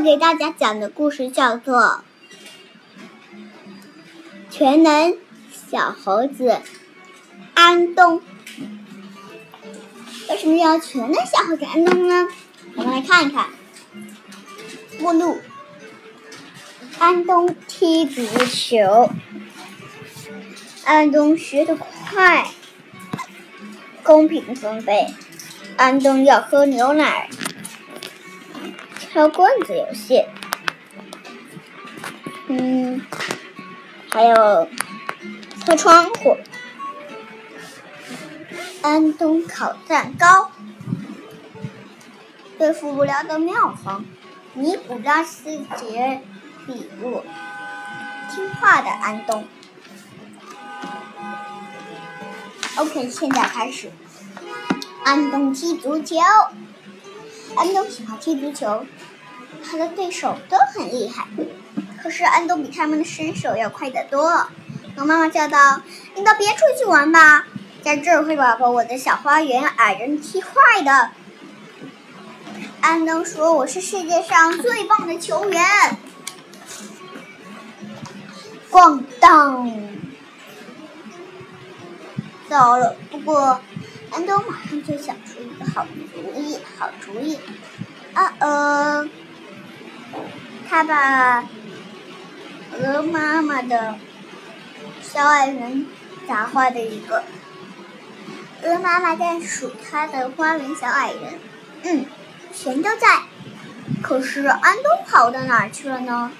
给大家讲的故事叫做《全能小猴子安东》。为什么要全能小猴子安东呢？我们来看一看目录。安东踢足球，安东学得快，公平分配，安东要喝牛奶，敲棍子游戏，还有擦窗户，安东烤蛋糕，对付无聊的妙方，尼古拉斯杰比路，听话的安东。OK， 现在开始。安东踢足球。安东喜欢踢足球，他的对手都很厉害，可是安东比他们的身手要快得多。猫妈妈叫道：“你都别出去玩吧，在这儿会把我的小花园矮人踢坏的。”安东说：“我是世界上最棒的球员。”咣当！糟了，不过安东马上就想出一个好主意。他把鹅妈妈的小矮人砸坏了一个。鹅妈妈在数他的花园小矮人，全都在。可是安东跑到哪儿去了呢？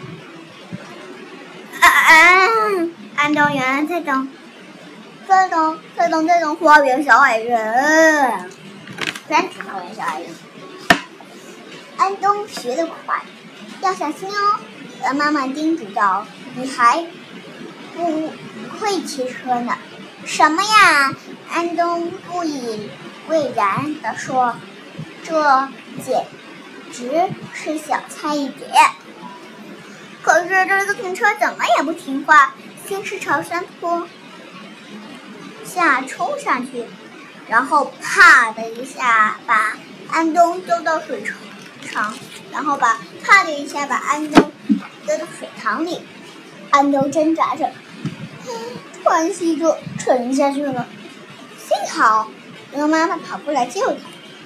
安东原来在等花园小矮人，专属花园小矮人。安东学得快，要小心哦。鹅妈妈叮嘱道：“你还不会骑车呢。”什么呀？安东不以为然地说：“这简直是小菜一碟。”可是这自行车怎么也不听话，先是朝山坡下冲上去，然后啪的一下把安东丢到水塘，然后啪的一下把安东丢到水塘里。安东挣扎着，喘息着沉下去了。幸好鹅妈妈跑过来救他。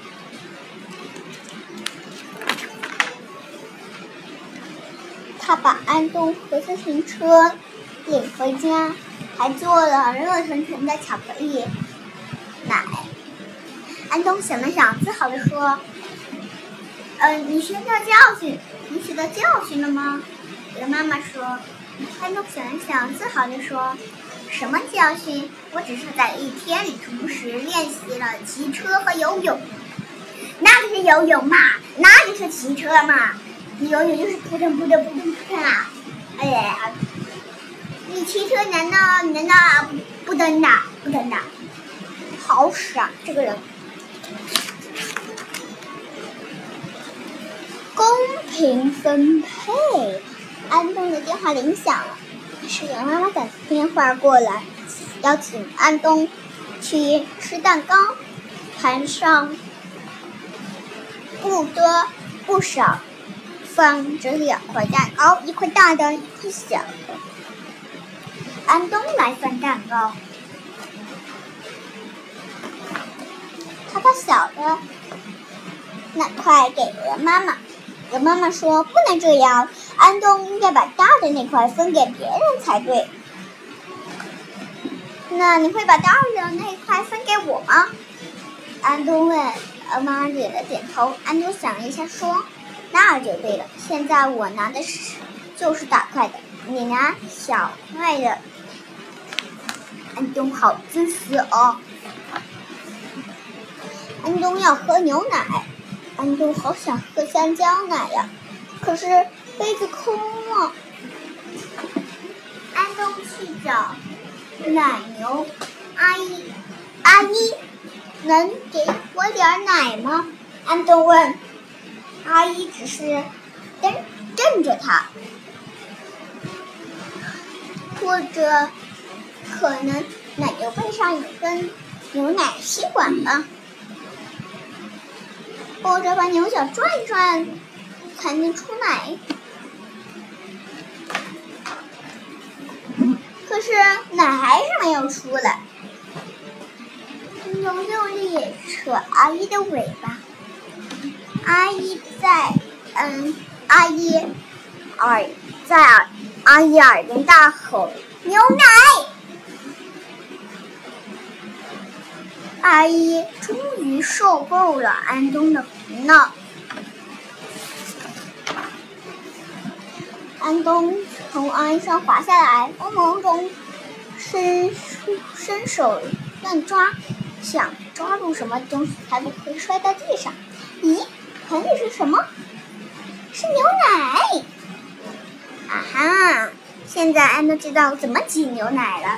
他把安东和自行车领回家，还做了热腾腾的巧克力奶。安东想了想，自豪地说：“你学到教训了吗？”鹅妈妈说。安东想了想，自豪地说：“什么教训？我只是在一天里同时练习了骑车和游泳。”那个是游泳嘛？那就是骑车嘛？你游泳就是扑腾扑腾扑腾扑腾啊！哎呀，你骑车难道不蹬的？不蹬的，好傻这个人。公平分配。安东的电话铃响了，是鹅妈妈打电话过来，邀请安东去吃蛋糕，盘上不多不少，放着2块蛋糕，一块大的，一块小的。安东来分蛋糕，他把小的那块给鹅妈妈。鹅妈妈说：“不能这样，安东应该把大的那块分给别人才对。”那你会把大的那块分给我吗？安东问。鹅妈妈点了点头。安东想了一下说：“那就对了，现在我拿的就是大块的，你拿小块的。”安东好自私哦。安东要喝牛奶。安东好想喝香蕉奶呀，可是杯子空了。安东去找奶牛阿姨，阿姨能给我点奶吗？安东问。阿姨只是瞪着他，或者可能奶牛背上有根牛奶吸管吧。或者把牛角转一转， 才能出奶。可是奶还是没有出来。安东用力扯阿姨的尾巴，阿姨在阿姨耳边大吼：“牛奶！”阿姨终于受够了安东的胡闹。安东从阿姨上滑下来，慌忙中伸手乱抓，想抓住什么东西才不会摔到地上。咦，盆里是什么？是牛奶！啊哈！现在安东知道怎么挤牛奶了。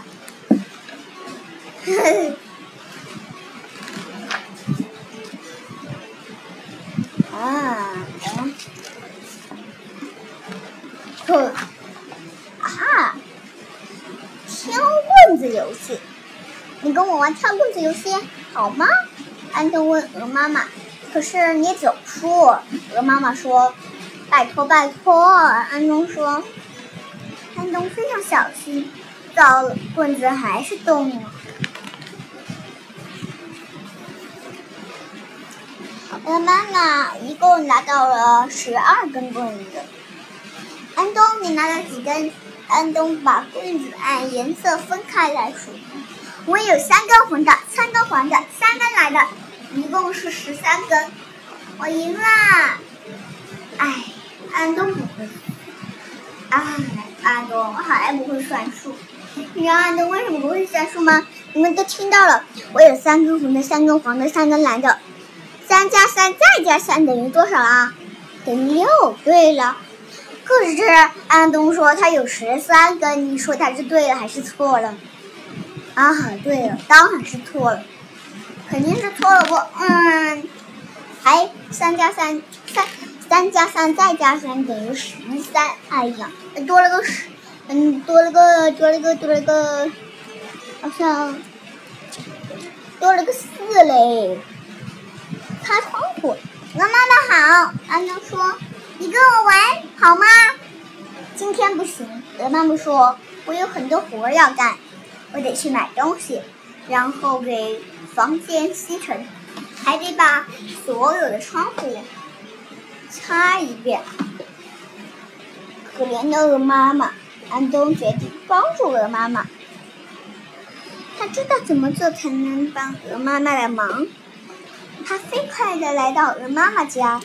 挑棍子游戏，你跟我玩挑棍子游戏好吗？安东问鹅妈妈。可是你走输。鹅妈妈说：“拜托拜托。”安东说。安东非常小心，糟了，棍子还是动了。鹅妈妈一共拿到了12根棍子。安东，你拿了几根？安东把棍子按颜色分开来数。我有3根红的，3根黄的，3根蓝的，一共是13根。我赢啦！哎，安东不会。安东还不会算数。你知道安东为什么不会算数吗？你们都听到了，我有3根红的，3根黄的，3根蓝的。3加3再加3等于多少啊？等于6。对了。可是安东说他有13根，你说他是对了还是错了？对了，当然是错了，肯定是错了不？还3加3再加3等于13。哎呀，多了个好像多了个4嘞。擦窗户。鹅妈妈好，安东说。你跟我玩好吗？今天不行。鹅妈妈说，我有很多活要干，我得去买东西，然后给房间吸尘，还得把所有的窗户擦一遍。可怜的鹅妈妈，安东决定帮助鹅妈妈。他知道怎么做才能帮鹅妈妈的忙。他飞快地来到鹅妈妈家。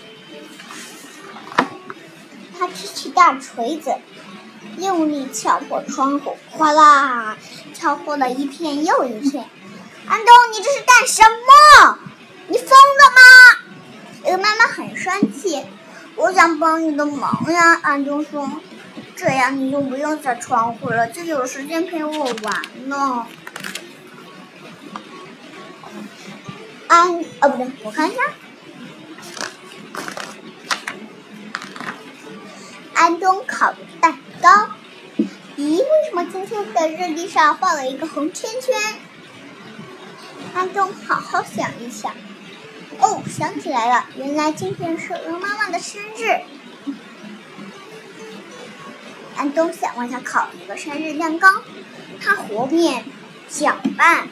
他提起大锤子，用力敲破窗户，哗啦，敲破了一片又一片。安东，你这是干什么？你疯了吗？鹅妈妈很生气。我想帮你的忙呀，安东说。这样你就不用擦窗户了，就有时间陪我玩了。不对，我看一下。安东烤的蛋糕。咦，为什么今天的日历上画了一个红圈圈？安东好好想一想。想起来了，原来今天是鹅妈妈的生日。安东想为她烤一个生日蛋糕。他和面、搅拌。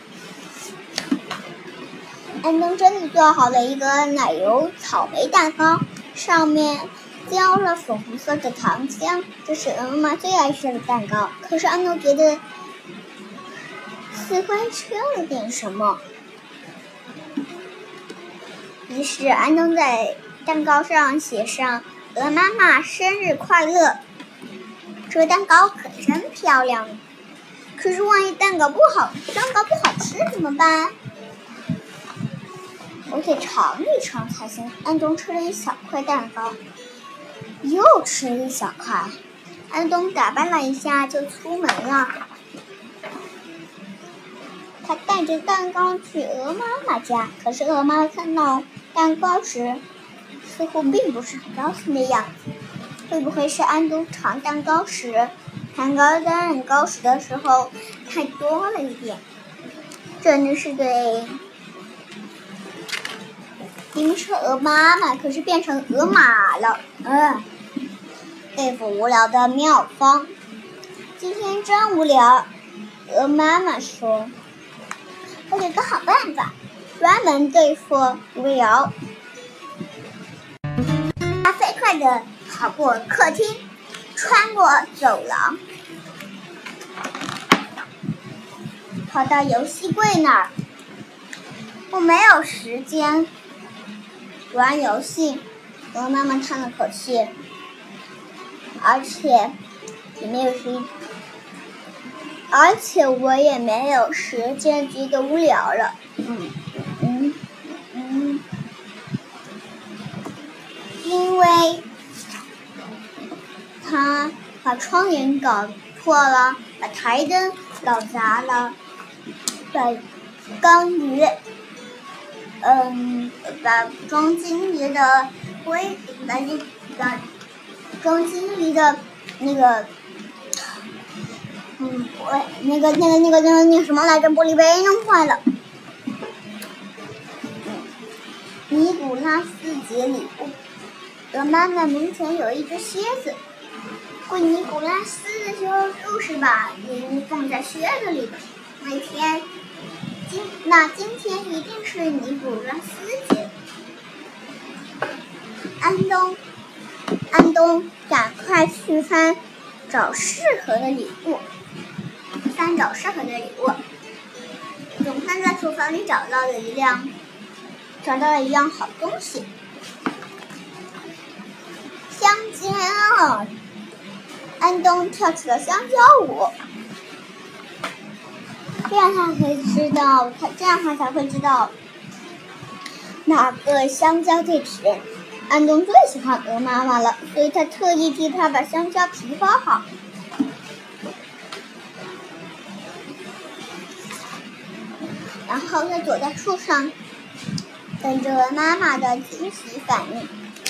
安东真的做好了一个奶油草莓蛋糕，上面浇了粉红色的糖浆，这是鹅妈妈最爱吃的蛋糕。可是安东觉得似乎缺了点什么，于是安东在蛋糕上写上“鹅妈妈生日快乐”。这蛋糕可真漂亮。可是万一蛋糕不好吃怎么办？我得尝一尝才行。安东吃了一小块蛋糕，又吃了一小块。安东打扮了一下就出门了。他带着蛋糕去鹅妈妈家，可是鹅妈妈看到蛋糕时，似乎并不是很高兴的样子。会不会是安东尝蛋糕时的时候太多了一点？真的是对明明是鹅妈妈，可是变成鹅马了。对付无聊的妙方。今天真无聊，鹅妈妈说。我有个好办法，专门对付无聊。它飞快地跑过客厅，穿过走廊，跑到游戏柜那儿。我没有时间玩游戏，鹅妈妈叹了口气，而且我也没有时间觉得无聊了。因为他把窗帘搞破了，把台灯搞砸了，把装金鱼的什么来着，玻璃杯弄坏了。尼古拉斯节礼物。鹅妈妈门前有一只靴子，会尼古拉斯的时候就是把铃放在靴子里的。今天一定是尼古拉斯节。安东赶快去找适合的礼物。总算在厨房里找到了一样好东西。香蕉，安东跳起了香蕉舞。这样他才会知道哪个香蕉最甜。安东最喜欢鹅妈妈了，所以他特意替她把香蕉皮包好。然后他躲在树上，等着鹅妈妈的惊喜反应。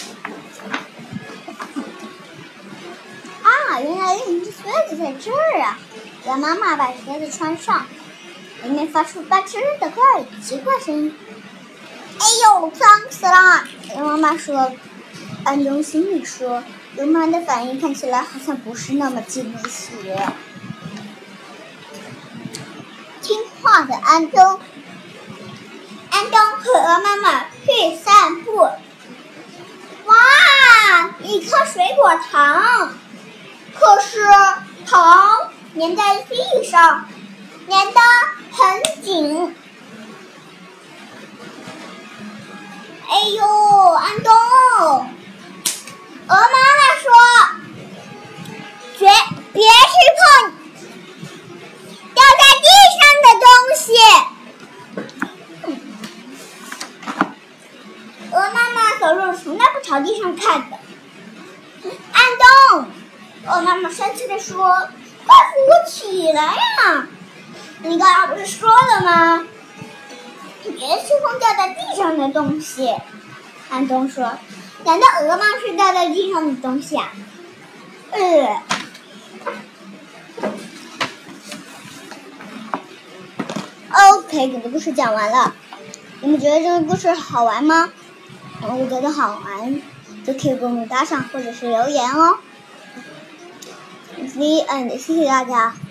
原来另一只靴子在这儿啊！鹅妈妈把靴子穿上，里面发出吧吱的奇怪声音。哎呦，脏死了！鹅妈妈说。安东心里说，鹅妈的反应看起来好像不是那么惊喜。听话的安东和鹅妈妈去散步。哇，一颗水果糖！可是糖粘在地上，粘得很紧。哎呦，安东！鹅妈妈说：“别去碰掉在地上的东西。”鹅妈妈走路从来不朝地上看的。安东！鹅妈妈生气地说：“快扶我起来呀！你刚刚不是说了吗？别去碰掉在地上的东西。”安东说：“难道鹅妈是掉在地上的东西啊？”OK， 这个故事讲完了。你们觉得这个故事好玩吗？如果觉得好玩，就可以给我们打赏或者是留言哦。The end，谢谢大家。